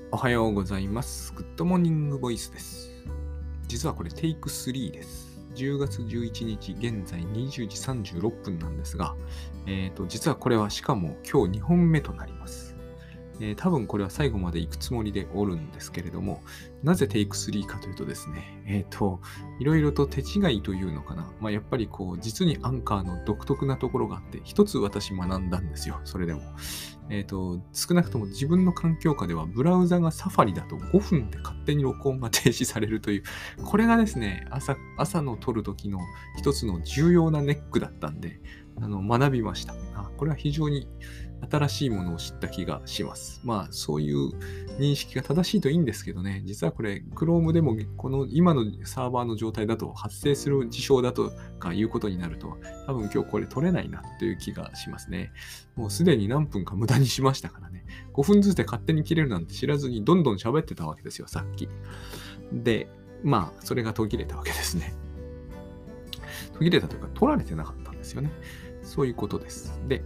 おはようございます。グッドモーニングボイスです。実はこれテイク3です。10月11日、現在20時36分なんですが、実はこれはしかも今日2本目となります。多分これは最後まで行くつもりでおるんですけれども、なぜテイク3かというとですね、いろいろと手違いというのかな。やっぱり実にアンカーの独特なところがあって、一つ私学んだんですよ、それでも。少なくとも自分の環境下ではブラウザがサファリだと5分で勝手に録音が停止されるという、これがですね、朝の撮る時の一つの重要なネックだったんで、学びました。これは非常に新しいものを知った気がします。そういう認識が正しいといいんですけどね、実はこれ、Chrome でもこの今のサーバーの状態だと発生する事象だとかいうことになると、多分今日これ取れないなという気がしますね。もうすでに何分か無駄にしましたからね。5分ずつで勝手に切れるなんて知らずにどんどん喋ってたわけですよ、さっき。で、それが途切れたわけですね。途切れたというか、取られてなかったんですよね。そういうことです。で、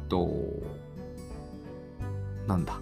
なんだ。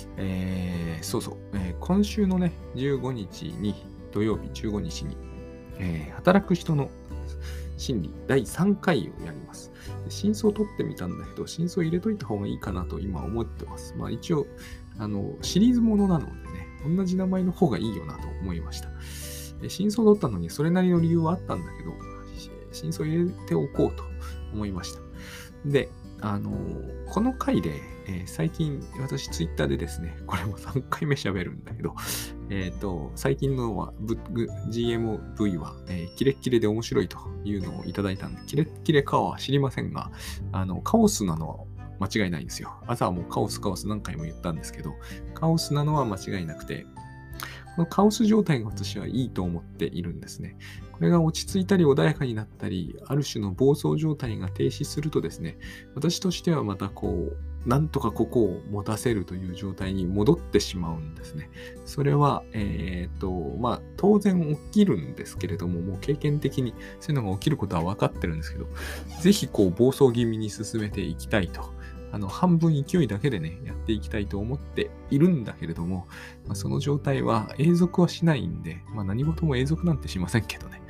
今週のね、15日に、土曜日15日に、働く人の心理第3回をやります。真相を取ってみたんだけど、真相入れといた方がいいかなと今思ってます。一応、シリーズものなのでね、同じ名前の方がいいよなと思いました。真相を取ったのにそれなりの理由はあったんだけど、真相を入れておこうと思いました。で、この回で、最近私ツイッターでですね、これも3回目喋るんだけど、最近のはGMV は、キレッキレで面白いというのをいただいたんで、キレッキレかは知りませんが、カオスなのは間違いないんですよ。朝はもうカオス何回も言ったんですけど、カオスなのは間違いなくて、このカオス状態が私はいいと思っているんですね。これが落ち着いたり穏やかになったり、ある種の暴走状態が停止するとですね、私としてはまたなんとかここを持たせるという状態に戻ってしまうんですね。それは、当然起きるんですけれども、もう経験的にそういうのが起きることは分かってるんですけど、ぜひ暴走気味に進めていきたいと。半分勢いだけでね、やっていきたいと思っているんだけれども、その状態は永続はしないんで、何事も永続なんてしませんけどね。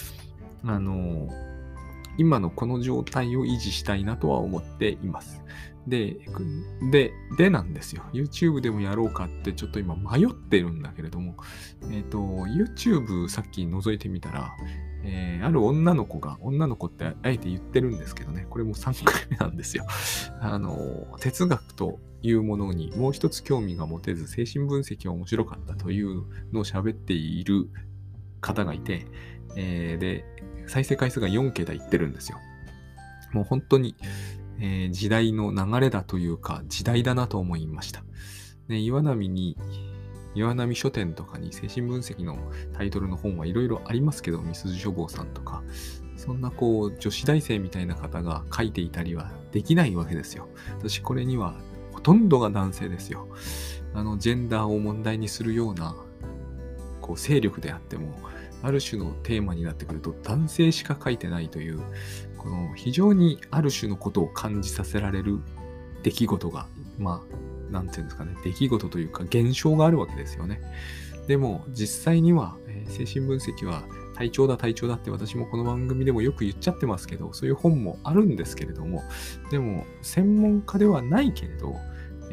今のこの状態を維持したいなとは思っています。でなんですよ。YouTube でもやろうかってちょっと今迷ってるんだけれども、YouTube さっき覗いてみたら、ある女の子ってあえて言ってるんですけどね、これも3回目なんですよ。哲学というものにもう一つ興味が持てず、精神分析が面白かったというのを喋っている方がいて、で、再生回数が4桁いってるんですよ。もう本当に、時代の流れだというか、時代だなと思いました。岩波書店とかに精神分析のタイトルの本はいろいろありますけど、みすず書房さんとか、そんな女子大生みたいな方が書いていたりはできないわけですよ。私これにはほとんどが男性ですよ。ジェンダーを問題にするような勢力であっても、ある種のテーマになってくると男性しか書いてないという、この非常にある種のことを感じさせられる出来事が、なんていうんですかね、出来事というか現象があるわけですよね。でも実際には、精神分析は体調だって私もこの番組でもよく言っちゃってますけど、そういう本もあるんですけれども、でも専門家ではないけれど、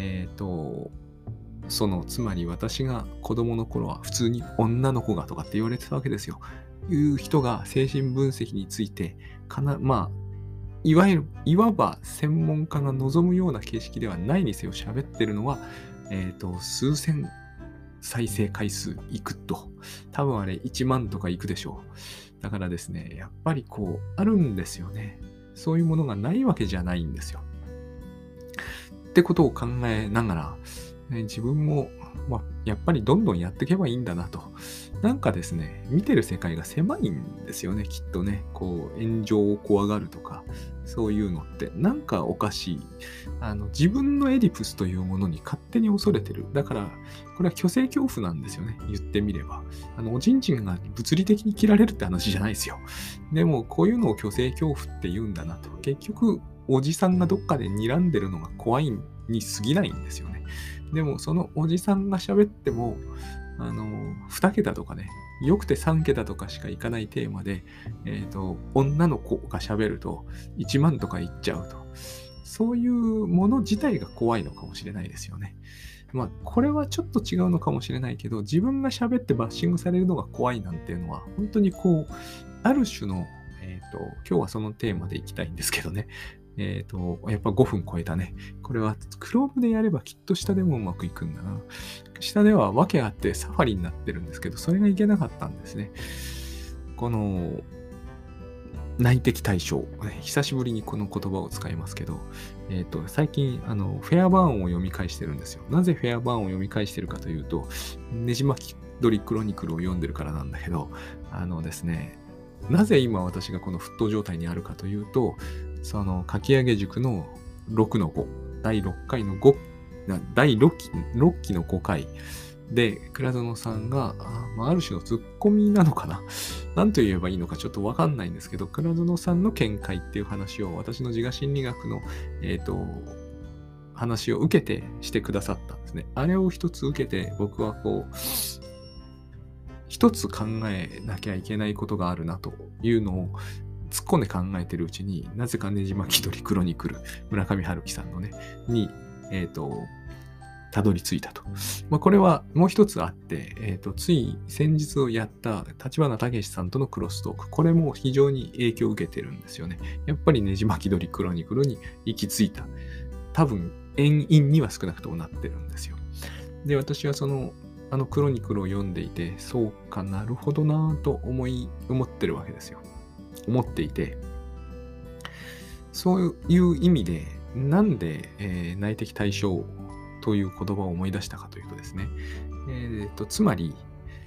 つまり私が子供の頃は普通に女の子がとかって言われてたわけですよ。いう人が精神分析について、いわば専門家が望むような形式ではないにせよ喋ってるのは、数千再生回数いくと。多分あれ1万とかいくでしょう。だからですね、やっぱりあるんですよね。そういうものがないわけじゃないんですよ。ってことを考えながら、自分も、やっぱりどんどんやっていけばいいんだなと。なんかですね、見てる世界が狭いんですよね、きっとね。炎上を怖がるとか、そういうのって、なんかおかしい。自分のエディプスというものに勝手に恐れてる。だから、これは虚勢恐怖なんですよね、言ってみれば。おちんちんが物理的に切られるって話じゃないですよ。でも、こういうのを虚勢恐怖って言うんだなと。結局、 おじさんがどっかで睨んでるのが怖いに過ぎないんですよね。でもそのおじさんが喋っても、2桁とかね、よくて3桁とかしかいかないテーマで、女の子が喋ると1万とかいっちゃうと。そういうもの自体が怖いのかもしれないですよね。まあ、これはちょっと違うのかもしれないけど、自分が喋ってバッシングされるのが怖いなんていうのは、本当にある種の、今日はそのテーマでいきたいんですけどね。やっぱ5分超えたね。これは Chrome でやればきっと下でもうまくいくんだな。下では訳あってサファリになってるんですけど、それがいけなかったんですね。この内的対象。久しぶりにこの言葉を使いますけど、最近、フェアバーンを読み返してるんですよ。なぜフェアバーンを読み返してるかというと、ねじ巻き鳥クロニクルを読んでるからなんだけど、ですね、なぜ今私がこの沸騰状態にあるかというと、その書き上げ塾の6の5、第6回の5、第6期の5回で、倉園さんが、ある種のツッコミなのかな何と言えばいいのかちょっとわかんないんですけど、倉園さんの見解っていう話を私の自我心理学の、話を受けてしてくださったんですね。あれを一つ受けて僕は一つ考えなきゃいけないことがあるなというのを突っ込んで考えてるうちに、なぜかねじ巻き鳥クロニクル、村上春樹さんのね、に、たどり着いたと。これはもう一つあって、つい先日をやった立花武さんとのクロストーク、これも非常に影響を受けてるんですよね。やっぱりねじ巻き鳥クロニクルに行き着いた。多分、遠因には少なくともなってるんですよ。で、私はクロニクルを読んでいて、そうかなるほどなぁと思ってるわけですよ。思っていて、そういう意味で、なんで、内的対象という言葉を思い出したかというとですね、つまり、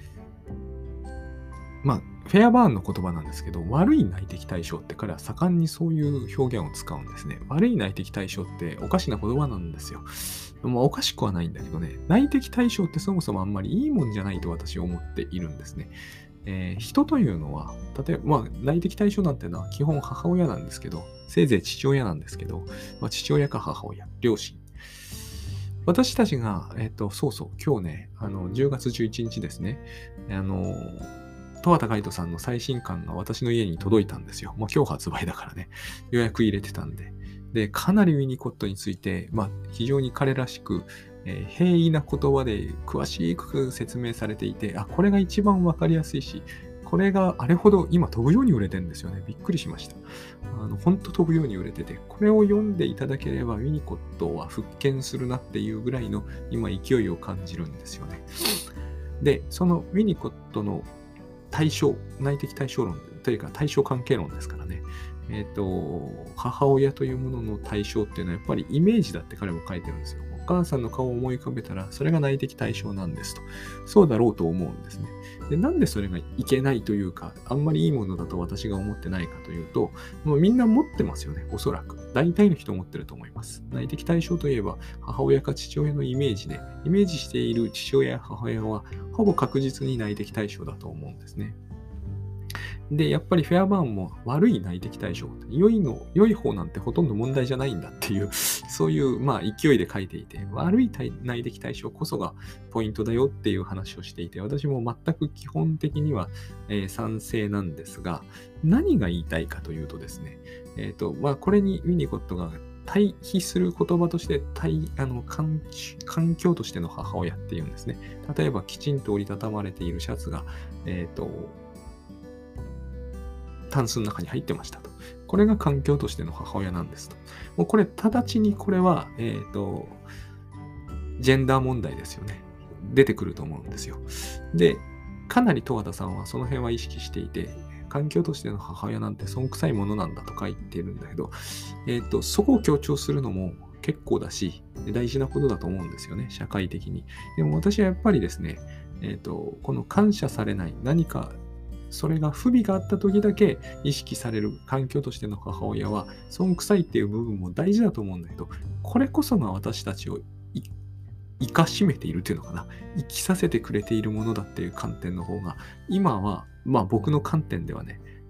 フェアバーンの言葉なんですけど、悪い内的対象って彼は盛んにそういう表現を使うんですね。悪い内的対象っておかしな言葉なんですよ。おかしくはないんだけどね、内的対象ってそもそもあんまりいいもんじゃないと私は思っているんですね。人というのは、例えば、内的対象なんてのは基本母親なんですけど、せいぜい父親なんですけど、父親か母親、両親。私たちが、そうそう、今日ね、10月11日ですね、十畑海人さんの最新刊が私の家に届いたんですよ。もう今日発売だからね、予約入れてたんで。で、かなりウィニコットについて、非常に彼らしく、平易な言葉で詳しく説明されていて、これが一番わかりやすいし、これがあれほど今飛ぶように売れてるんですよね。びっくりしました。本当飛ぶように売れてて、これを読んでいただければウィニコットは復権するなっていうぐらいの今勢いを感じるんですよね。で、そのウィニコットの対象、内的対象論というか対象関係論ですからね。母親というものの対象っていうのはやっぱりイメージだって彼も書いてるんですよ。お母さんの顔を思い浮かべたらそれが内的対象なんですと。そうだろうと思うんですね。で、なんでそれがいけないというか、あんまりいいものだと私が思ってないかというと、もうみんな持ってますよね、おそらく。大体の人持ってると思います。内的対象といえば、母親か父親のイメージで、イメージしている父親や母親は、ほぼ確実に内的対象だと思うんですね。で、やっぱりフェアバーンも悪い内的対象、良い方なんてほとんど問題じゃないんだっていう、そういう勢いで書いていて、悪い内的対象こそがポイントだよっていう話をしていて、私も全く基本的には、賛成なんですが、何が言いたいかというとですね、これにウィニコットが対比する言葉として環境としての母親っていうんですね。例えばきちんと折りたたまれているシャツが、タンスの中に入ってましたと。これが環境としての母親なんですと。もうこれ、直ちにこれは、ジェンダー問題ですよね。出てくると思うんですよ。で、かなり十和田さんはその辺は意識していて、環境としての母親なんて損臭いものなんだと書いてるんだけど、そこを強調するのも結構だし、大事なことだと思うんですよね、社会的に。でも私はやっぱりですね、この感謝されない何か、それが不備があった時だけ意識される環境としての母親は損臭いっていう部分も大事だと思うんだけど、これこそが私たちを生かしめているというのかな、生きさせてくれているものだっていう観点の方が今は僕の観点ではね、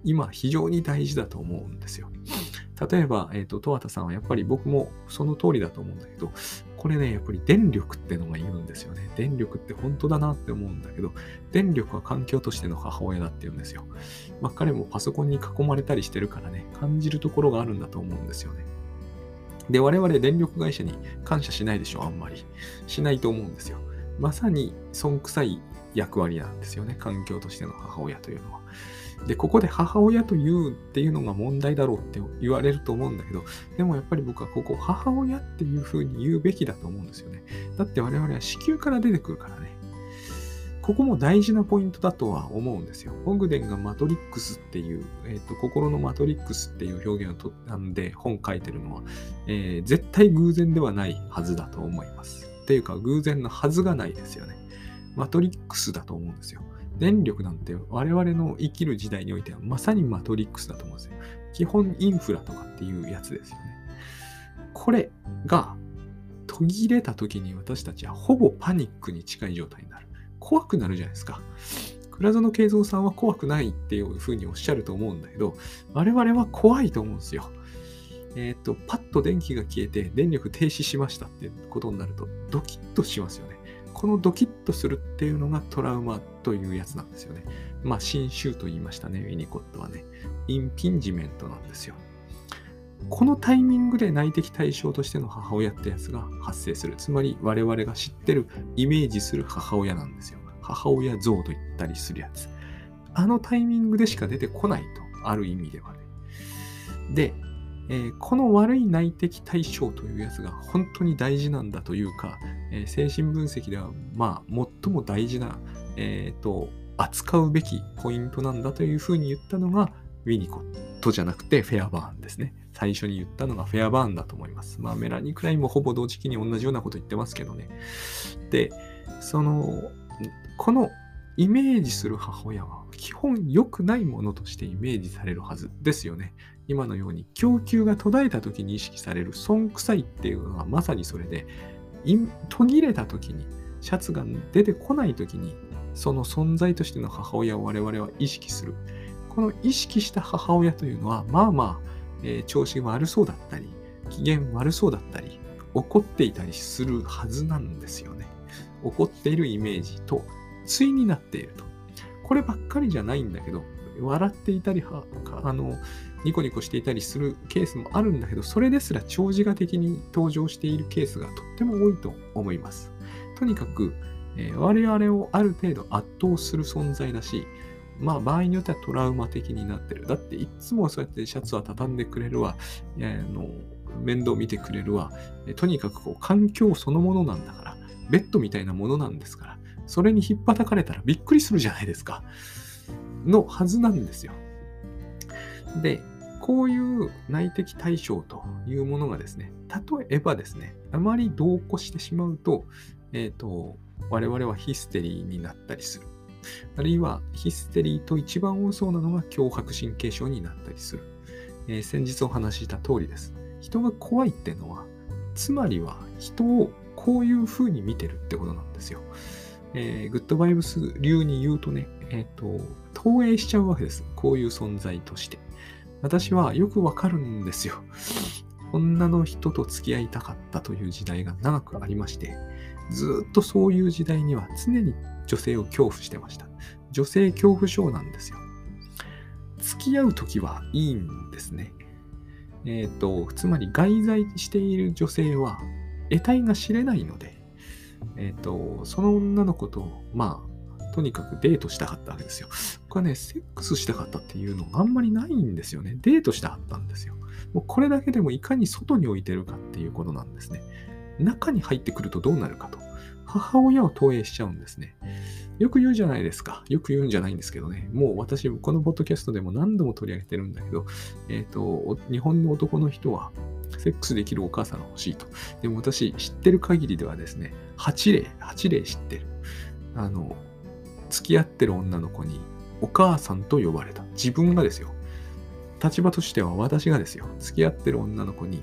今非常に大事だと思うんですよ。例えば、十和田さんはやっぱり僕もその通りだと思うんだけど、これね、やっぱり電力ってのが言うんですよね。電力って本当だなって思うんだけど、電力は環境としての母親だって言うんですよ。まあ彼もパソコンに囲まれたりしてるからね、感じるところがあるんだと思うんですよね。で、我々電力会社に感謝しないでしょ、あんまり。しないと思うんですよ。まさに損臭い役割なんですよね、環境としての母親というのは。で、ここで母親と言うっていうのが問題だろうって言われると思うんだけど、でもやっぱり僕はここ母親っていう風に言うべきだと思うんですよね。だって我々は子宮から出てくるからね。ここも大事なポイントだとは思うんですよ。オグデンがマトリックスっていう、心のマトリックスっていう表現をなんで本書いてるのは、絶対偶然ではないはずだと思います。っていうか偶然のはずがないですよね。マトリックスだと思うんですよ。電力なんて我々の生きる時代においてはまさにマトリックスだと思うんですよ。基本インフラとかっていうやつですよね。これが途切れた時に私たちはほぼパニックに近い状態になる。怖くなるじゃないですか。倉園慶三さんは怖くないっていうふうにおっしゃると思うんだけど、我々は怖いと思うんですよ。パッと電気が消えて電力停止しましたってことになるとドキッとしますよね。このドキッとするっていうのがトラウマというやつなんですよね。まあ、侵襲と言いましたね、ウィニコットはね。インピンジメントなんですよ。このタイミングで内的対象としての母親ってやつが発生する。つまり我々が知ってる、イメージする母親なんですよ。母親像と言ったりするやつ。あのタイミングでしか出てこないと、ある意味ではね。で、この悪い内的対象というやつが本当に大事なんだというか、精神分析ではまあ最も大事な、扱うべきポイントなんだというふうに言ったのがウィニコットじゃなくてフェアバーンですね。最初に言ったのがフェアバーンだと思います。まあメラニー・クラインもほぼ同時期に同じようなこと言ってますけどね。で、このイメージする母親は基本良くないものとしてイメージされるはずですよね。今のように供給が途絶えた時に意識される損臭いっていうのはまさにそれで、途切れた時に、シャツが出てこない時に、その存在としての母親を我々は意識する。この意識した母親というのは、まあまあ、調子が悪そうだったり、機嫌悪そうだったり、怒っていたりするはずなんですよね。怒っているイメージと対になっていると。こればっかりじゃないんだけど、笑っていたりニコニコしていたりするケースもあるんだけど、それですら長寿画的に登場しているケースがとっても多いと思います。とにかく、我々をある程度圧倒する存在だし、まあ場合によってはトラウマ的になってる。だっていつもそうやってシャツは畳んでくれるわ、面倒見てくれるわ、とにかく環境そのものなんだから、ベッドみたいなものなんですから、それに引っ叩かれたらびっくりするじゃないですか。のはずなんですよ。で、こういう内的対象というものがですね、例えばですね、あまり同行してしまうと、我々はヒステリーになったりする。あるいはヒステリーと一番多そうなのが強迫神経症になったりする。先日お話しした通りです。人が怖いっていうのは、つまりは人をこういう風に見てるってことなんですよ。グッドバイブス流に言うとね、投影しちゃうわけです。こういう存在として。私はよくわかるんですよ。女の人と付き合いたかったという時代が長くありまして、ずっとそういう時代には常に女性を恐怖してました。女性恐怖症なんですよ。付き合うときはいいんですね。つまり外在している女性は得体が知れないので、その女の子と、とにかくデートしたかったわけですよ。僕はね、セックスしたかったっていうのがあんまりないんですよね。デートしたかったんですよ。もうこれだけでもいかに外に置いてるかっていうことなんですね。中に入ってくるとどうなるかと。母親を投影しちゃうんですね。よく言うじゃないですか。よく言うんじゃないんですけどね。もう私、このポッドキャストでも何度も取り上げてるんだけど、日本の男の人は、セックスできるお母さんが欲しいと。でも私、知ってる限りではですね、8例知ってる。付き合ってる女の子に、お母さんと呼ばれた。自分がですよ。立場としては私がですよ。付き合ってる女の子に、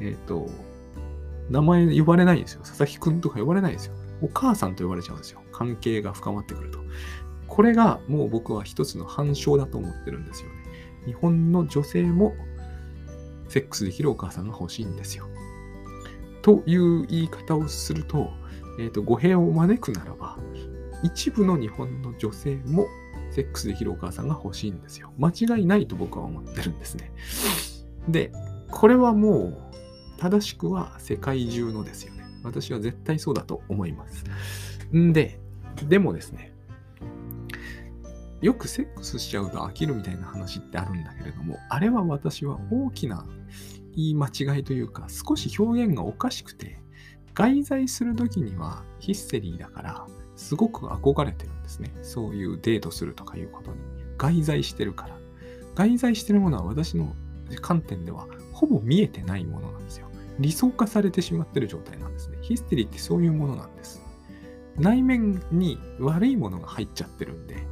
名前呼ばれないんですよ。佐々木くんとか呼ばれないんですよ。お母さんと呼ばれちゃうんですよ。関係が深まってくると。これがもう僕は一つの反証だと思ってるんですよね。 日本の女性もセックスできるお母さんが欲しいんですよ。という言い方をすると、語弊を招くならば、一部の日本の女性もセックスできるお母さんが欲しいんですよ。間違いないと僕は思ってるんですね。で、これはもう正しくは世界中のですよね。私は絶対そうだと思います。でもですね、よくセックスしちゃうと飽きるみたいな話ってあるんだけれども、あれは私は大きな言い間違いというか、少し表現がおかしくて、外在するときにはヒステリーだから、すごく憧れてるんですね。そういうデートするとかいうことに。外在してるから。外在してるものは私の観点ではほぼ見えてないものなんですよ。理想化されてしまってる状態なんですね。ヒステリーってそういうものなんです。内面に悪いものが入っちゃってるんで、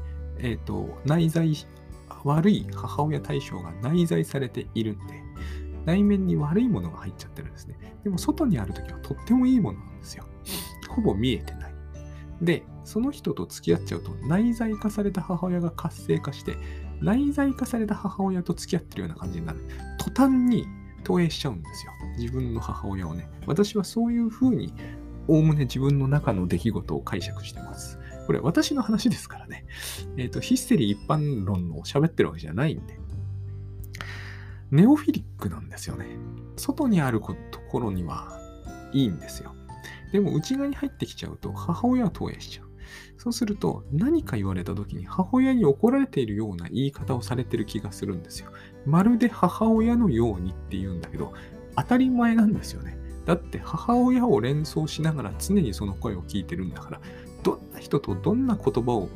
悪い母親対象が内在されているんで、内面に悪いものが入っちゃってるんですね。でも外にあるときはとってもいいものなんですよ。ほぼ見えてない。で、その人と付き合っちゃうと内在化された母親が活性化して、内在化された母親と付き合ってるような感じになる。途端に投影しちゃうんですよ。自分の母親をね。私はそういうふうに、おおむね自分の中の出来事を解釈してます。これ私の話ですからね。ヒステリー一般論を喋ってるわけじゃないんで。ネオフィリックなんですよね。外にあるところにはいいんですよ。でも内側に入ってきちゃうと母親は投影しちゃう。そうすると何か言われた時に母親に怒られているような言い方をされてる気がするんですよ。まるで母親のようにって言うんだけど、当たり前なんですよね。だって母親を連想しながら常にその声を聞いてるんだから、どんな人のどんな言葉を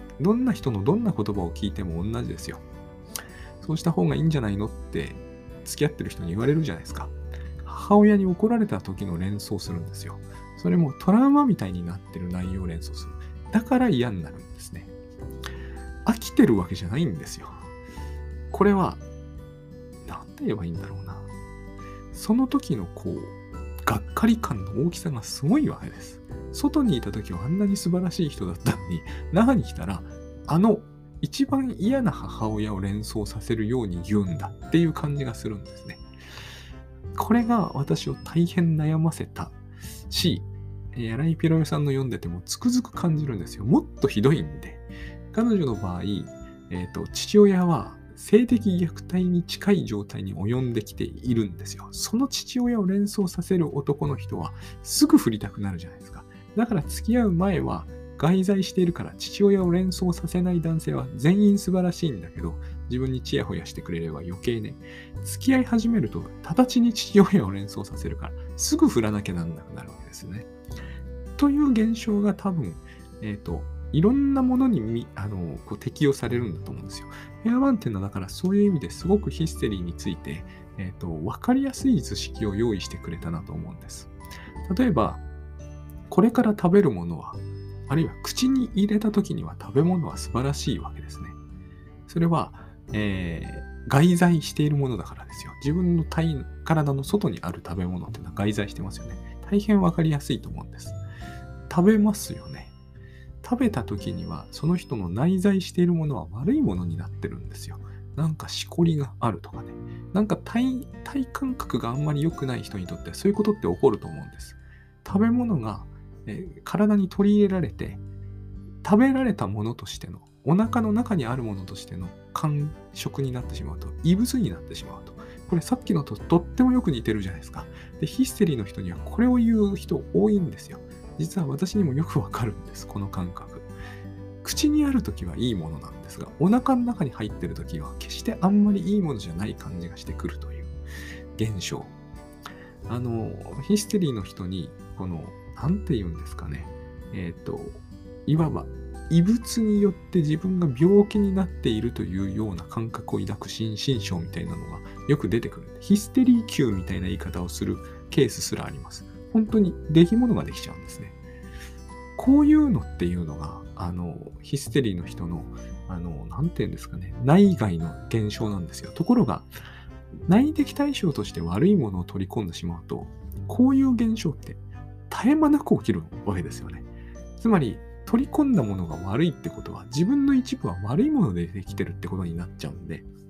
聞いても同じですよ。そうした方がいいんじゃないのって付き合ってる人に言われるじゃないですか。母親に怒られた時の連想するんですよ。それもトラウマみたいになってる内容を連想する。だから嫌になるんですね。飽きてるわけじゃないんですよ。これは、なんて言えばいいんだろうな。その時のがっかり感の大きさがすごいわけです。外にいた時はあんなに素晴らしい人だったのに、中に来たら、一番嫌な母親を連想させるように言うんだっていう感じがするんですね。これが私を大変悩ませたし、新井ピロヨさんの読んでてもつくづく感じるんですよ。もっとひどいんで。彼女の場合、父親は性的虐待に近い状態に及んできているんですよ。その父親を連想させる男の人はすぐ振りたくなるじゃないですか。だから付き合う前は外在しているから父親を連想させない男性は全員素晴らしいんだけど、自分にチヤホヤしてくれれば余計ね、付き合い始めると直ちに父親を連想させるからすぐ振らなきゃなんなくなるわけですね。という現象が多分、いろんなものに適用されるんだと思うんですよ。ペアワンっていうのはだからそういう意味ですごくヒステリーについて、分かりやすい図式を用意してくれたなと思うんです。例えば、これから食べるものは、あるいは口に入れた時には食べ物は素晴らしいわけですね。それは、外在しているものだからですよ。自分の体の外にある食べ物っていうのは外在してますよね。大変わかりやすいと思うんです。食べますよね。食べた時にはその人の内在しているものは悪いものになってるんですよ。なんかしこりがあるとかね。なんか体感覚があんまり良くない人にとってはそういうことって起こると思うんです。食べ物が、体に取り入れられて食べられたものとしてのお腹の中にあるものとしての感触になってしまうと異物になってしまうと。これさっきのととってもよく似てるじゃないですか。で、ヒステリーの人にはこれを言う人多いんですよ。実は私にもよくわかるんです、この感覚。口にあるときはいいものなんですが、お腹の中に入ってるときは決してあんまりいいものじゃない感じがしてくるという現象。ヒステリーの人に、なんて言うんですかね。いわば異物によって自分が病気になっているというような感覚を抱く心身症みたいなのがよく出てくる。ヒステリー級みたいな言い方をするケースすらあります。本当に出来物ができちゃうんですね。こういうのっていうのが、ヒステリーの人の、なんて言うんですかね、内外の現象なんですよ。ところが、内的対象として悪いものを取り込んでしまうと、こういう現象って絶え間なく起きるわけですよね。つまり、取り込んだものが悪いってことは、自分の一部は悪いものでできてるってことになっちゃうんで、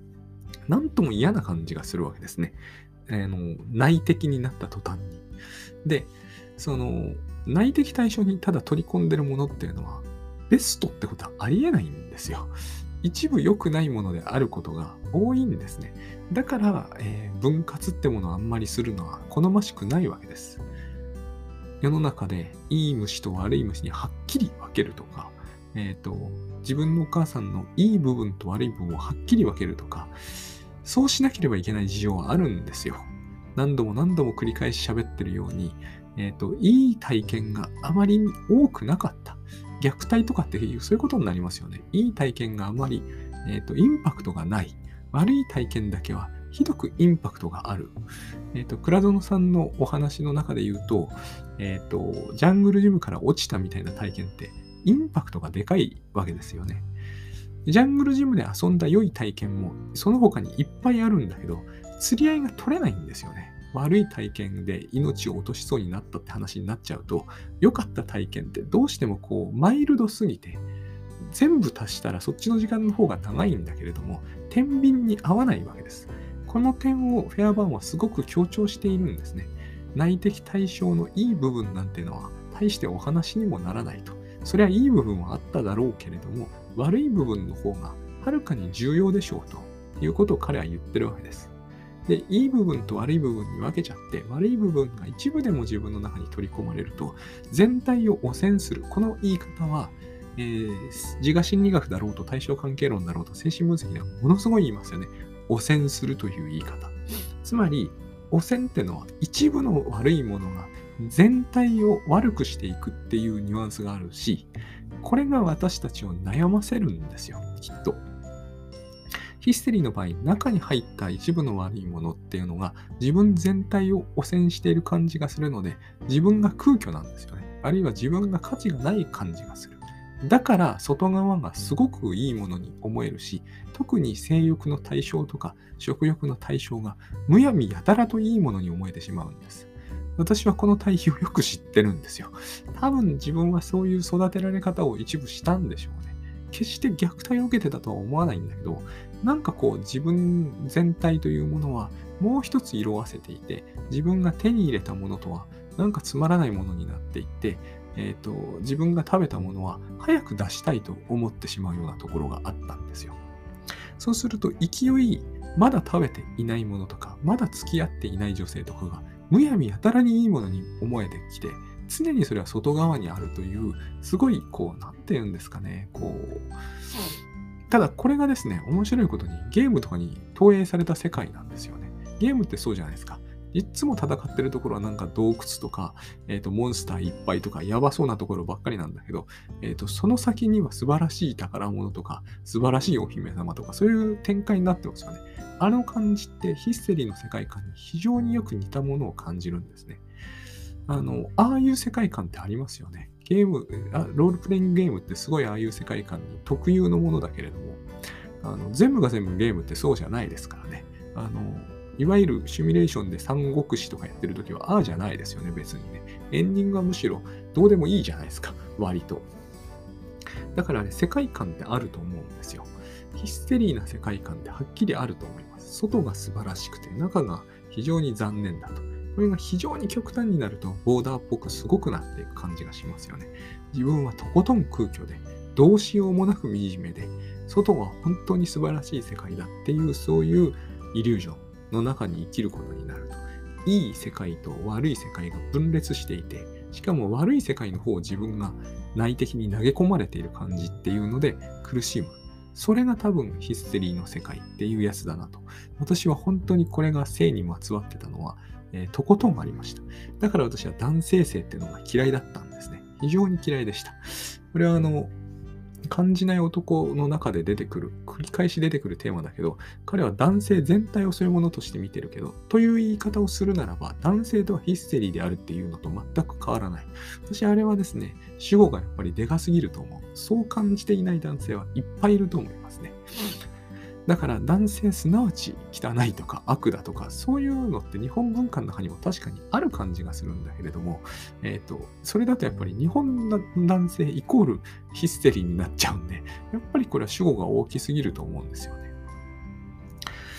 なんとも嫌な感じがするわけですね。内的になった途端に。で、その内的対象にただ取り込んでるものっていうのは、ベストってことはありえないんですよ。一部良くないものであることが多いんですね。だから、分割ってものをあんまりするのは好ましくないわけです。世の中でいい虫と悪い虫にはっきり分けるとか、自分のお母さんのいい部分と悪い部分をはっきり分けるとか、そうしなければいけない事情はあるんですよ。何度も何度も繰り返し喋ってるように、いい体験があまり多くなかった。虐待とかっていう、そういうことになりますよね。いい体験があまり、インパクトがない。悪い体験だけはひどくインパクトがある。倉園さんのお話の中で言うと、ジャングルジムから落ちたみたいな体験って、インパクトがでかいわけですよね。ジャングルジムで遊んだ良い体験も、その他にいっぱいあるんだけど、釣り合いが取れないんですよね。悪い体験で命を落としそうになったって話になっちゃうと、良かった体験ってどうしてもマイルドすぎて、全部足したらそっちの時間の方が長いんだけれども、天秤に合わないわけです。この点をフェアバーンはすごく強調しているんですね。内的対象のいい部分なんてのは、大してお話にもならないと。それはいい部分はあっただろうけれども、悪い部分の方がはるかに重要でしょうということを彼は言ってるわけです。で、いい部分と悪い部分に分けちゃって、悪い部分が一部でも自分の中に取り込まれると、全体を汚染する。この言い方は、自我心理学だろうと対象関係論だろうと精神分析ではものすごい言いますよね。汚染するという言い方。つまり、汚染ってのは一部の悪いものが全体を悪くしていくっていうニュアンスがあるし、これが私たちを悩ませるんですよ、きっと。ヒステリーの場合、中に入った一部の悪いものっていうのが自分全体を汚染している感じがするので、自分が空虚なんですよね。あるいは自分が価値がない感じがする。だから外側がすごくいいものに思えるし、特に性欲の対象とか食欲の対象がむやみやたらといいものに思えてしまうんです。私はこの対比をよく知ってるんですよ。多分自分はそういう育てられ方を一部したんでしょうね。決して虐待を受けてたとは思わないんだけど、なんか自分全体というものはもう一つ色あせていて、自分が手に入れたものとはなんかつまらないものになっていって、自分が食べたものは早く出したいと思ってしまうようなところがあったんですよ。そうすると勢い、まだ食べていないものとか、まだ付き合っていない女性とかが、むやみやたらにいいものに思えてきて、常にそれは外側にあるという、すごいなんて言うんですかね、ただこれがですね、面白いことにゲームとかに投影された世界なんですよね。ゲームってそうじゃないですか。いつも戦ってるところはなんか洞窟とか、モンスターいっぱいとか、やばそうなところばっかりなんだけど、その先には素晴らしい宝物とか、素晴らしいお姫様とか、そういう展開になってますよね。あの感じってヒステリーの世界観に非常によく似たものを感じるんですね。ああいう世界観ってありますよね。ロールプレイングゲームってすごいああいう世界観に特有のものだけれども、全部が全部ゲームってそうじゃないですからね。いわゆるシミュレーションで三国志とかやってるときは、ああじゃないですよね、別にね。エンディングはむしろどうでもいいじゃないですか、割と。だからね、世界観ってあると思うんですよ。ヒステリーな世界観ってはっきりあると思います。外が素晴らしくて、中が非常に残念だと。これが非常に極端になると、ボーダーっぽくすごくなっていく感じがしますよね。自分はとことん空虚で、どうしようもなく惨めで、外は本当に素晴らしい世界だっていう、そういうイリュージョンの中に生きることになると。いい世界と悪い世界が分裂していて、しかも悪い世界の方を自分が内的に投げ込まれている感じっていうので苦しむ。それが多分ヒステリーの世界っていうやつだなと。私は本当にこれが性にまつわってたのは、とことんありました。だから私は男性性っていうのが嫌いだったんですね。非常に嫌いでした。これは感じない男の中で出てくる、繰り返し出てくるテーマだけど、彼は男性全体をそういうものとして見てるけど、という言い方をするならば、男性とはヒステリーであるっていうのと全く変わらない。私、あれはですね、主語がやっぱりでかすぎると思う。そう感じていない男性はいっぱいいると思いますね。だから男性すなわち汚いとか悪だとかそういうのって日本文化の中にも確かにある感じがするんだけれども、それだとやっぱり日本の男性イコールヒステリーになっちゃうんで、やっぱりこれは主語が大きすぎると思うんですよね。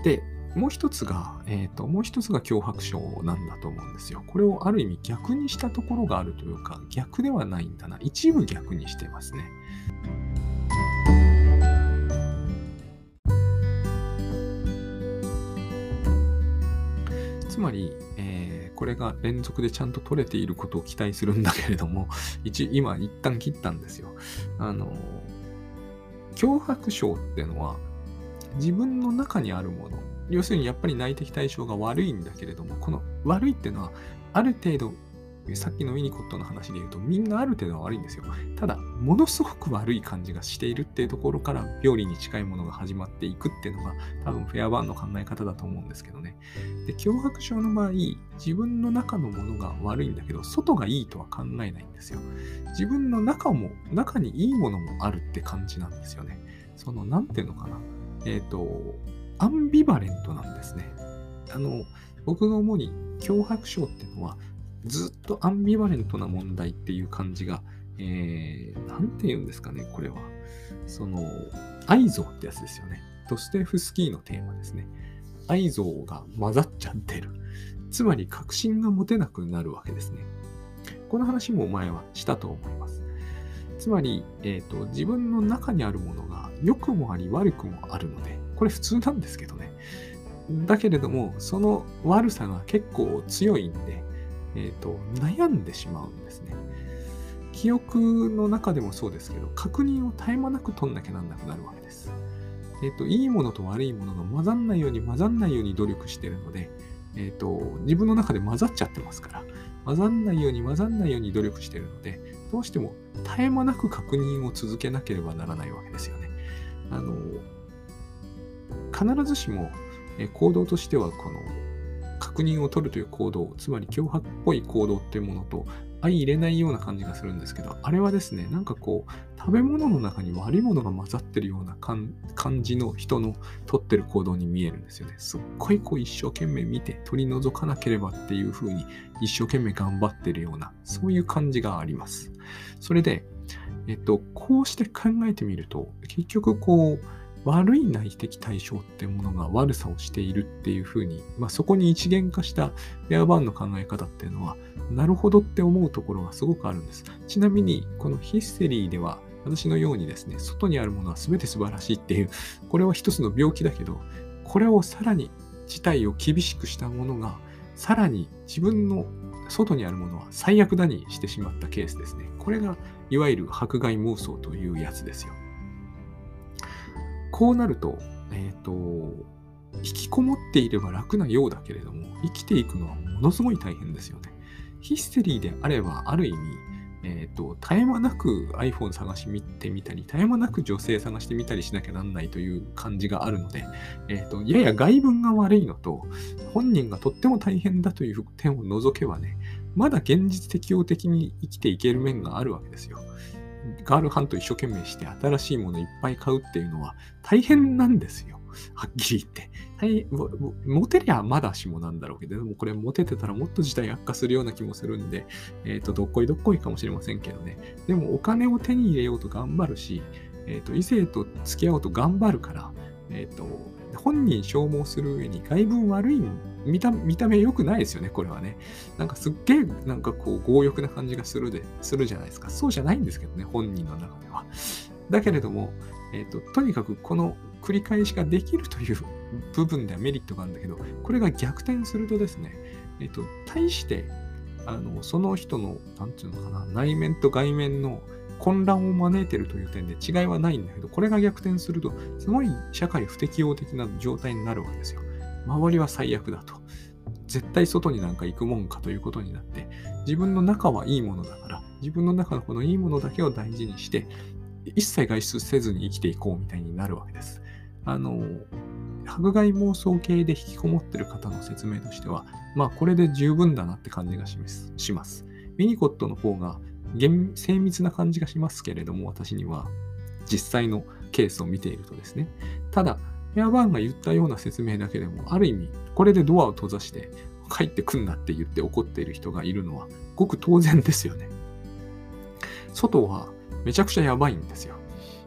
で、もう一つが強迫症なんだと思うんですよ。これをある意味逆にしたところがあるというか、逆ではないんだな。一部逆にしてますね。つまり、これが連続でちゃんと取れていることを期待するんだけれども、今一旦切ったんですよ。強迫症っていうのは、自分の中にあるもの、要するにやっぱり内的対象が悪いんだけれども、この悪いっていうのは、ある程度、さっきのウィニコットの話で言うと、みんなある程度は悪いんですよ。ただ、ものすごく悪い感じがしているっていうところから、病理に近いものが始まっていくっていうのが、多分フェアバーンの考え方だと思うんですけどね。で、強迫症の場合、自分の中のものが悪いんだけど、外がいいとは考えないんですよ。自分の中にいいものもあるって感じなんですよね。なんていうのかな。アンビバレントなんですね。僕が主に強迫症っていうのは、ずっとアンビバレントな問題っていう感じが、なんて言うんですかね、これは。愛憎ってやつですよね。ドストエフスキーのテーマですね。愛憎が混ざっちゃってる。つまり確信が持てなくなるわけですね。この話も前はしたと思います。つまり、自分の中にあるものが良くもあり悪くもあるので、これ普通なんですけどね。だけれども、その悪さが結構強いんで、悩んでしまうんですね。記憶の中でもそうですけど、確認を絶え間なく取んなきゃなんなくなるわけです。いいものと悪いものが混ざんないように努力しているので、自分の中で混ざっちゃってますから、混ざんないように努力しているので、どうしても絶え間なく確認を続けなければならないわけですよね。必ずしも行動としてはこの確認を取るという行動、つまり脅迫っぽい行動っていうものと相入れないような感じがするんですけど、あれはですね、なんかこう食べ物の中に悪いものが混ざってるような感じの人の取ってる行動に見えるんですよね。すっごいこう一生懸命見て取り除かなければっていう風に一生懸命頑張ってるような、そういう感じがあります。それで、こうして考えてみると、結局こう悪い内的対象ってものが悪さをしているっていうふうに、そこに一元化したフェアバーンの考え方っていうのは、なるほどって思うところがすごくあるんです。ちなみに、このヒステリーでは、私のようにですね、外にあるものは全て素晴らしいっていう、これは一つの病気だけど、これをさらに事態を厳しくしたものが、さらに自分の外にあるものは最悪だにしてしまったケースですね。これが、いわゆる迫害妄想というやつですよ。こうなると、引きこもっていれば楽なようだけれども、生きていくのはものすごい大変ですよね。ヒステリーであれば、ある意味、絶え間なく iPhone 探してみたり、絶え間なく女性探してみたりしなきゃなんないという感じがあるので、やや外文が悪いのと、本人がとっても大変だという点を除けばね、まだ現実適応的に生きていける面があるわけですよ。ガールハント一生懸命して新しいものいっぱい買うっていうのは大変なんですよ。はっきり言って。モテりゃまだしもなんだろうけど、でもこれモテてたらもっと事態悪化するような気もするんで、どっこいかもしれませんけどね。でもお金を手に入れようと頑張るし、異性と付き合おうと頑張るから、本人消耗する上に外文悪い見た目良くないですよね、これはね。なんかすっげえなんかこう強欲な感じがするじゃないですか。そうじゃないんですけどね、本人の中では。だけれども、とにかくこの繰り返しができるという部分ではメリットがあるんだけど、これが逆転するとですね、対して、その人の、なんていうのかな、内面と外面の混乱を招いているという点で違いはないんだけど、これが逆転すると、すごい社会不適応的な状態になるわけですよ。周りは最悪だと。絶対外になんか行くもんかということになって、自分の中はいいものだから、自分の中のこのいいものだけを大事にして、一切外出せずに生きていこうみたいになるわけです。迫害妄想系で引きこもっている方の説明としては、これで十分だなって感じがします。ウィニコットの方が精密な感じがしますけれども、私には実際のケースを見ているとですね。ただ、フェアバーンが言ったような説明だけでも、ある意味、これでドアを閉ざして帰ってくんなって言って怒っている人がいるのは、ごく当然ですよね。外はめちゃくちゃやばいんですよ。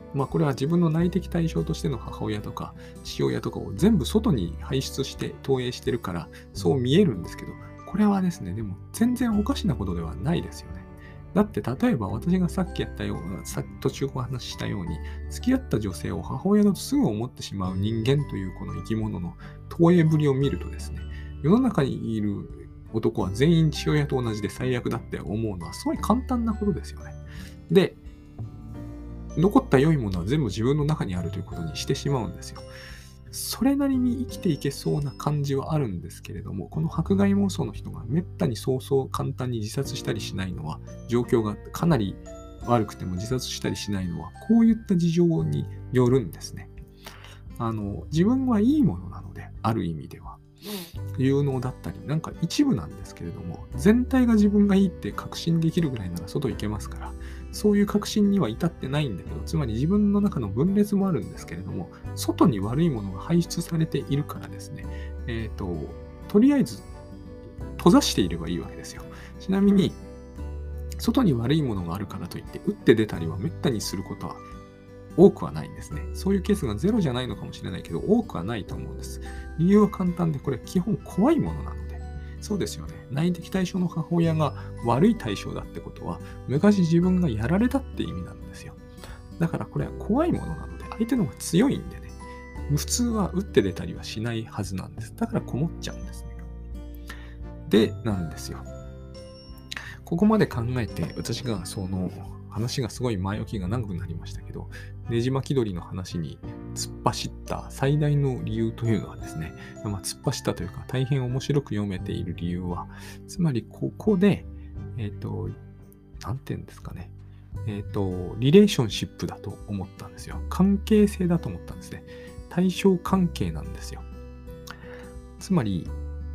これは自分の内的対象としての母親とか父親とかを全部外に排出して投影してるからそう見えるんですけど、これはですね、でも全然おかしなことではないですよね。だって例えば私がさっきやったような、途中お話ししたように、付き合った女性を母親だとすぐ思ってしまう人間というこの生き物の投影ぶりを見るとですね、世の中にいる男は全員父親と同じで最悪だって思うのはすごい簡単なことですよね。で、残った良いものは全部自分の中にあるということにしてしまうんですよ。それなりに生きていけそうな感じはあるんですけれども、この迫害妄想の人がめったにそうそう簡単に自殺したりしないのは、状況がかなり悪くても自殺したりしないのは、こういった事情によるんですね。自分はいいものなので、ある意味では。有能だったり、なんか一部なんですけれども、全体が自分がいいって確信できるぐらいなら外行けますから、そういう確信には至ってないんだけど、つまり自分の中の分裂もあるんですけれども、外に悪いものが排出されているからですね、とりあえず閉ざしていればいいわけですよ。ちなみに、外に悪いものがあるからといって、打って出たりは滅多にすることは多くはないんですね。そういうケースがゼロじゃないのかもしれないけど、多くはないと思うんです。理由は簡単で、これ基本怖いものなので。そうですよね。内的対象の母親が悪い対象だってことは、昔自分がやられたって意味なんですよ。だからこれは怖いものなので、相手の方が強いんでね。普通は打って出たりはしないはずなんです。だからこもっちゃうんですね。で、なんですよ。ここまで考えて、私が話がすごい前置きが長くなりましたけど、ねじ巻き鳥の話に突っ走った最大の理由というのはですね、突っ走ったというか大変面白く読めている理由は、つまりここで、なんていうんですかね、リレーションシップだと思ったんですよ。関係性だと思ったんですね。対象関係なんですよ。つまり、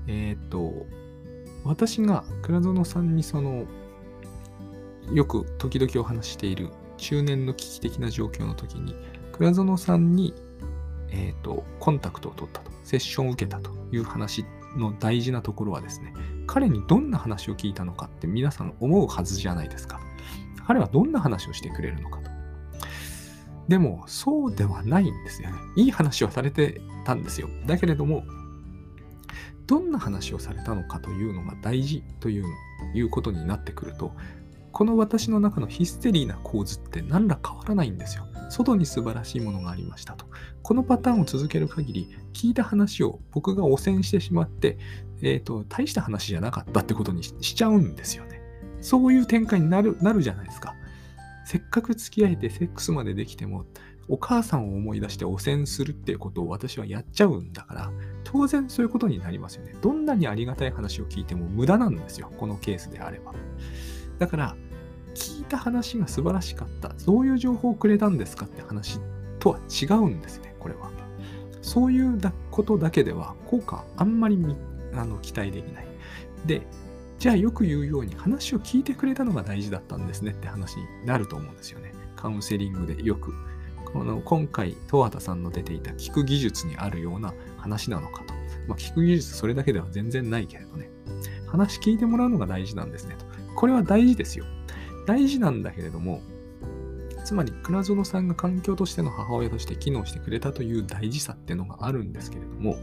私が倉園さんによく時々お話している中年の危機的な状況の時に、倉園さんに、コンタクトを取ったと、セッションを受けたという話の大事なところはですね、彼にどんな話を聞いたのかって皆さん思うはずじゃないですか。彼はどんな話をしてくれるのかと。でも、そうではないんですよね。いい話はされてたんですよ。だけれども、どんな話をされたのかというのが大事ということになってくると、この私の中のヒステリーな構図って何ら変わらないんですよ。外に素晴らしいものがありましたと。このパターンを続ける限り、聞いた話を僕が汚染してしまって、大した話じゃなかったってことにしちゃうんですよね。そういう展開になるじゃないですか。せっかく付き合えてセックスまでできても、お母さんを思い出して汚染するっていうことを私はやっちゃうんだから、当然そういうことになりますよね。どんなにありがたい話を聞いても無駄なんですよ。このケースであれば。だから、聞いた話が素晴らしかった。どういう情報をくれたんですかって話とは違うんですね、これは。そういうことだけでは効果あんまり期待できない。で、じゃあよく言うように話を聞いてくれたのが大事だったんですねって話になると思うんですよね。カウンセリングでよく。今回、十畑さんの出ていた聞く技術にあるような話なのかと。聞く技術それだけでは全然ないけれどね。話聞いてもらうのが大事なんですねと。これは大事ですよ。大事なんだけれども、つまり倉園さんが環境としての母親として機能してくれたという大事さっていうのがあるんですけれども、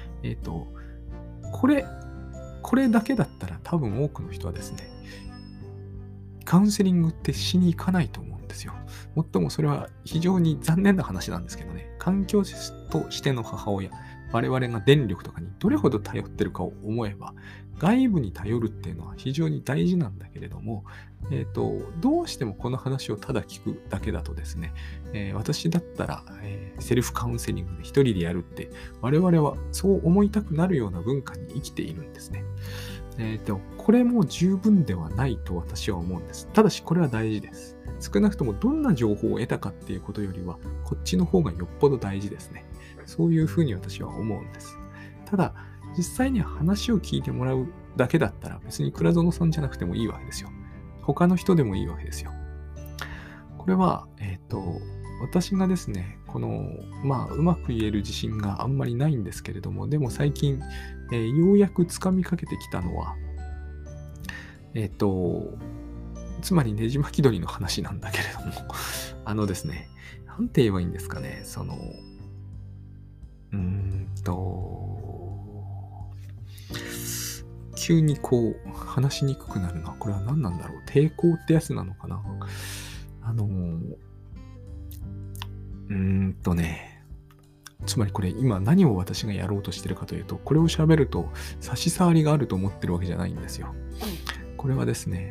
これだけだったら多分多くの人はですね、カウンセリングってしに行かないと思うんですよ。もっともそれは非常に残念な話なんですけどね、環境としての母親、我々が電力とかにどれほど頼ってるかを思えば、外部に頼るっていうのは非常に大事なんだけれども、どうしてもこの話をただ聞くだけだとですね、私だったら、セルフカウンセリングで一人でやるって、我々はそう思いたくなるような文化に生きているんですね。これも十分ではないと私は思うんです。ただしこれは大事です。少なくともどんな情報を得たかっていうことよりは、こっちの方がよっぽど大事ですね。そういうふうに私は思うんです。ただ、実際には話を聞いてもらうだけだったら別に倉園さんじゃなくてもいいわけですよ。他の人でもいいわけですよ。これは、私がですね、うまく言える自信があんまりないんですけれども、でも最近、ようやくつかみかけてきたのは、つまりねじ巻き鳥の話なんだけれども、ですね、 なんて言えばいいんですかね。うーんと、急にこう、話しにくくなるのは、これは何なんだろう。抵抗ってやつなのかな。あのー、ね、つまりこれ今何を私がやろうとしてるかというと、これを喋ると差し障りがあると思ってるわけじゃないんですよ。これはですね、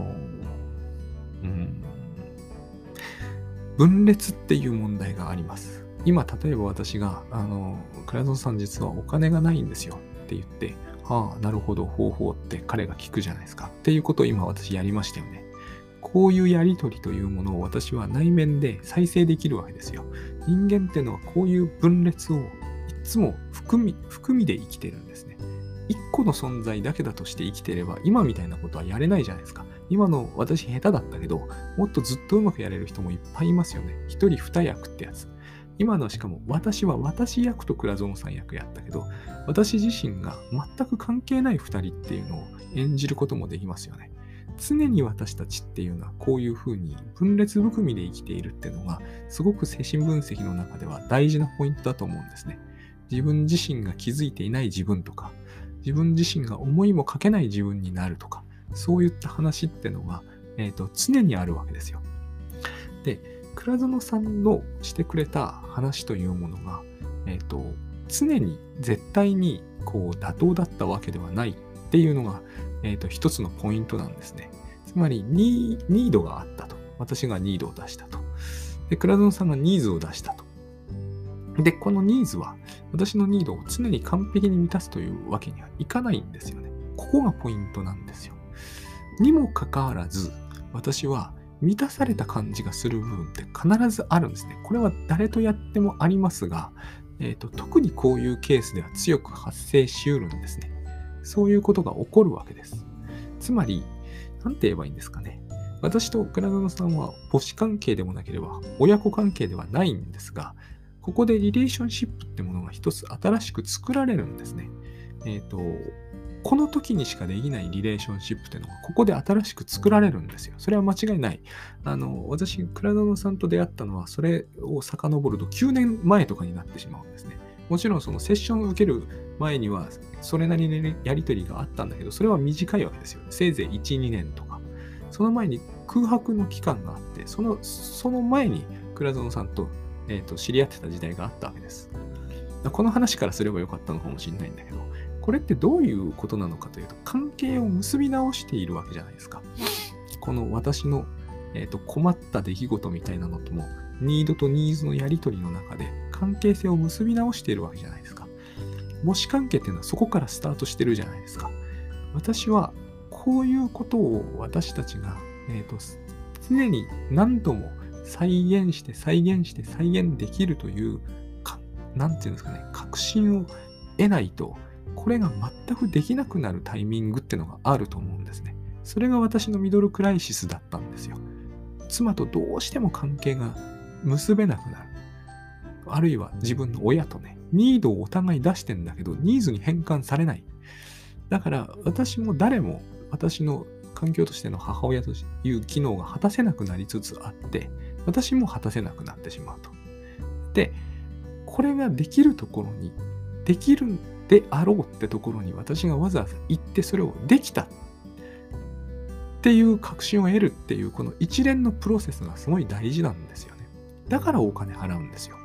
分裂っていう問題があります。今、例えば私が、倉園さん実はお金がないんですよって言って、ああ、なるほど、方法って彼が聞くじゃないですか。っていうことを今私やりましたよね。こういうやりとりというものを私は内面で再生できるわけですよ。人間っていうのはこういう分裂をいつも含みで生きてるんですね。一個の存在だけだとして生きていれば、今みたいなことはやれないじゃないですか。今の私下手だったけど、もっとずっとうまくやれる人もいっぱいいますよね。一人二役ってやつ。今のしかも私は私役と倉園さん役やったけど、私自身が全く関係ない二人っていうのを演じることもできますよね。常に私たちっていうのはこういうふうに分裂含みで生きているっていうのがすごく精神分析の中では大事なポイントだと思うんですね。自分自身が気づいていない自分とか、自分自身が思いもかけない自分になるとか、そういった話ってのが、常にあるわけですよ。で、倉園さんのしてくれた話というものが、常に絶対にこう妥当だったわけではないっていうのが、一つのポイントなんですね。つまりニードがあったと。私がニードを出したと。で、倉園さんがニーズを出したと。で、このニーズは私のニードを常に完璧に満たすというわけにはいかないんですよね。ここがポイントなんですよ。にもかかわらず、私は満たされた感じがする部分って必ずあるんですね。これは誰とやってもありますが、特にこういうケースでは強く発生しうるんですね。そういうことが起こるわけです。つまり、なんて言えばいいんですかね。私と倉園さんは母子関係でもなければ親子関係ではないんですが、ここでリレーションシップってものが一つ新しく作られるんですね。この時にしかできないリレーションシップっていうのがここで新しく作られるんですよ。それは間違いない。私、倉園さんと出会ったのはそれを遡ると9年前とかになってしまうんですね。もちろんそのセッションを受ける前にはそれなりにやりとりがあったんだけど、それは短いわけですよ。せいぜい1、2年とか。その前に空白の期間があって、その前に倉園さんと、知り合ってた時代があったわけです。この話からすればよかったのかもしれないんだけど、これってどういうことなのかというと、関係を結び直しているわけじゃないですか。この私の、困った出来事みたいなのとも、ニードとニーズのやり取りの中で関係性を結び直しているわけじゃないですか。母子関係っていうのはそこからスタートしてるじゃないですか。私はこういうことを私たちが、常に何度も再現して再現して再現できるという、なんていうんですかね、確信を得ないと、これが全くできなくなるタイミングってのがあると思うんですね。それが私のミドルクライシスだったんですよ。妻とどうしても関係が結べなくなる。あるいは自分の親とね、ニードをお互い出してんだけど、ニーズに変換されない。だから私も誰も私の環境としての母親という機能が果たせなくなりつつあって、私も果たせなくなってしまうと。で、これができるところに、できるであろうってところに私がわざわざ行ってそれをできたっていう確信を得るっていうこの一連のプロセスがすごい大事なんですよね。だからお金払うんですよ。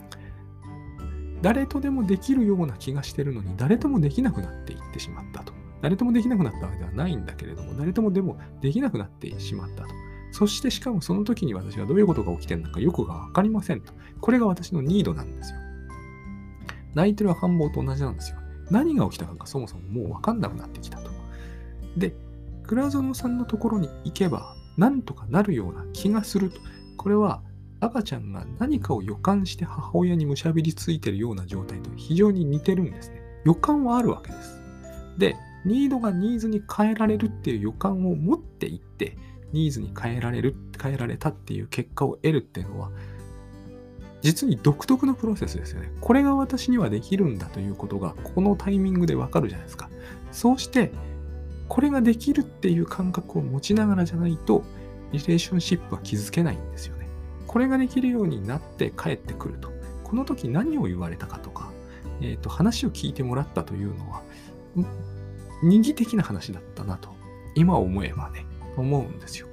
誰とでもできるような気がしてるのに誰ともできなくなっていってしまったと。誰ともできなくなったわけではないんだけれども、誰ともでもできなくなってしまったと。そしてしかもその時に私はどういうことが起きてるのかよくがわかりませんと。これが私のニードなんですよ。泣いてる赤ん坊と同じなんですよ。何が起きたのかそもそももうわかんなくなってきたと。で、倉園さんのところに行けばなんとかなるような気がすると。これは赤ちゃんが何かを予感して母親にむしゃびりついてるような状態と非常に似てるんですね。予感はあるわけです。で、ニードがニーズに変えられるっていう予感を持っていって、ニーズに変えられたっていう結果を得るっていうのは、実に独特のプロセスですよね。これが私にはできるんだということが、このタイミングでわかるじゃないですか。そうして、これができるっていう感覚を持ちながらじゃないと、リレーションシップは築けないんですよね。 これができるようになって帰ってくると。この時何を言われたかとか、話を聞いてもらったというのは、二義的な話だったなと、今思えばね、思うんですよ。